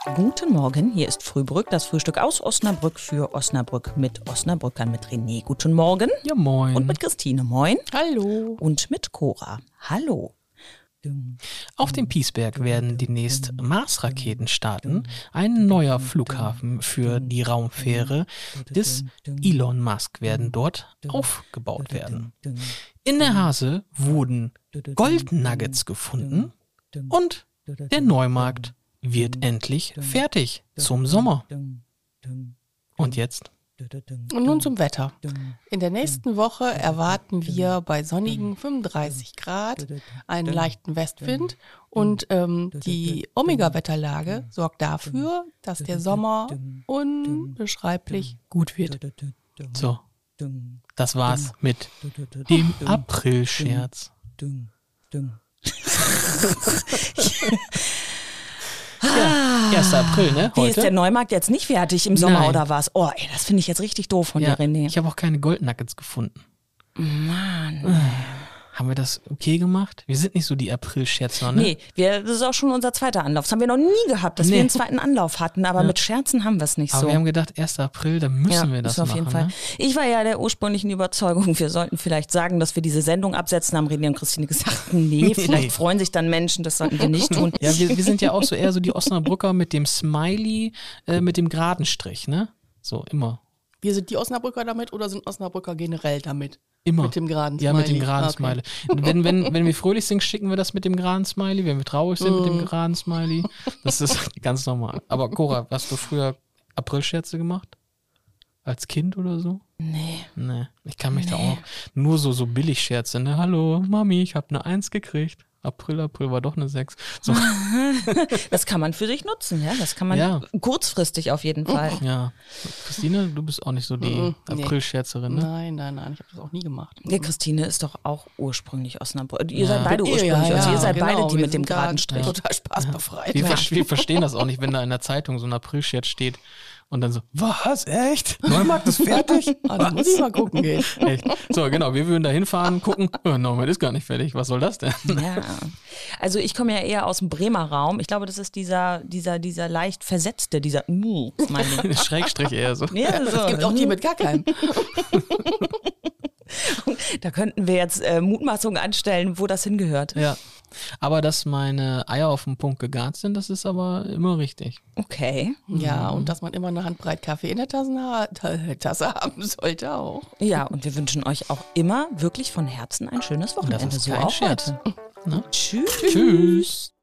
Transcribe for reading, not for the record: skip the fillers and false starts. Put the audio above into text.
Guten Morgen, hier ist Frühbrück, das Frühstück aus Osnabrück für Osnabrück mit Osnabrückern, mit René. Guten Morgen. Ja, moin. Und mit Christine. Moin. Hallo. Und mit Cora. Hallo. Auf dem Piesberg werden demnächst Mars-Raketen starten. Ein neuer Flughafen für die Raumfähre des Elon Musk werden dort aufgebaut werden. In der Hase wurden Goldnuggets gefunden und der Neumarkt wird endlich fertig zum Sommer. Und jetzt? Und nun zum Wetter. In der nächsten Woche erwarten wir bei sonnigen 35 Grad einen leichten Westwind und die Omega-Wetterlage sorgt dafür, dass der Sommer unbeschreiblich gut wird. So, das war's mit dem April-Scherz. Ja, 1. April, ne? Wie Heute. ist der Neumarkt jetzt nicht fertig im Sommer Nein. oder was? Oh, ey, das finde ich jetzt richtig doof von dir, René. Ich habe auch keine Goldnuggets gefunden. Mann. Haben wir das okay gemacht? Wir sind nicht so die April-Scherzler, ne? Nee, das ist auch schon unser zweiter Anlauf. Das haben wir noch nie gehabt, dass wir einen zweiten Anlauf hatten, aber mit Scherzen haben wir es nicht Aber so. wir haben gedacht, 1. April, da müssen wir das auf machen. jeden Fall. Ne? Ich war ja der ursprünglichen Überzeugung, wir sollten vielleicht sagen, dass wir diese Sendung absetzen, haben René und Christine gesagt, nee, vielleicht freuen sich dann Menschen, das sollten wir nicht tun. Ja, wir sind ja auch so eher so die Osnabrücker mit dem Smiley, mit dem geraden Strich, ne? So, immer. Wir sind die Osnabrücker damit oder sind Osnabrücker generell damit? Immer. Mit dem geraden Smiley? Ja, mit dem geraden Okay. Smiley. Wenn wir fröhlich sind, schicken wir das mit dem geraden Smiley. Wenn wir traurig sind, mit dem geraden Smiley. Das ist ganz normal. Aber Cora, hast du früher Aprilscherze gemacht? Als Kind oder so? Nee. Ich kann mich da auch nur so Billigscherze, ne? Hallo, Mami, ich habe eine 1 gekriegt. April war doch eine 6. So. Das kann man für sich nutzen, ja. Das kann man kurzfristig auf jeden Fall. Ja. Christine, du bist auch nicht so die Nee. Aprilscherzerin, ne? Nein, ich habe das auch nie gemacht. Ja, Christine ist doch auch ursprünglich Osnabrück. Ihr seid beide ursprünglich. Ja, also ihr seid genau. beide die Wir mit dem sind da geraden Strich. Total spaßbefreit. Wir verstehen das auch nicht, wenn da in der Zeitung so ein Aprilscherz steht und dann so, was, echt? Neumarkt ist fertig? Da muss ich mal gucken gehen. Echt? So, genau, wir würden da hinfahren, gucken, Neumarkt ist gar nicht fertig, was soll das denn? Ja, also ich komme ja eher aus dem Bremer Raum. Ich glaube, das ist dieser leicht versetzte, dieser Smiley. Schrägstrich eher so. Ja, so. Es gibt auch die mit gar keinem. Da könnten wir jetzt Mutmaßungen anstellen, wo das hingehört. Ja, aber dass meine Eier auf den Punkt gegart sind, das ist aber immer richtig. Okay. Ja, und dass man immer eine Handbreit Kaffee in der Tasse haben sollte auch. Ja, und wir wünschen euch auch immer wirklich von Herzen ein schönes Wochenende. Das ist so kein auch Scherz. heute. Ne? Tschüss. Tschüss.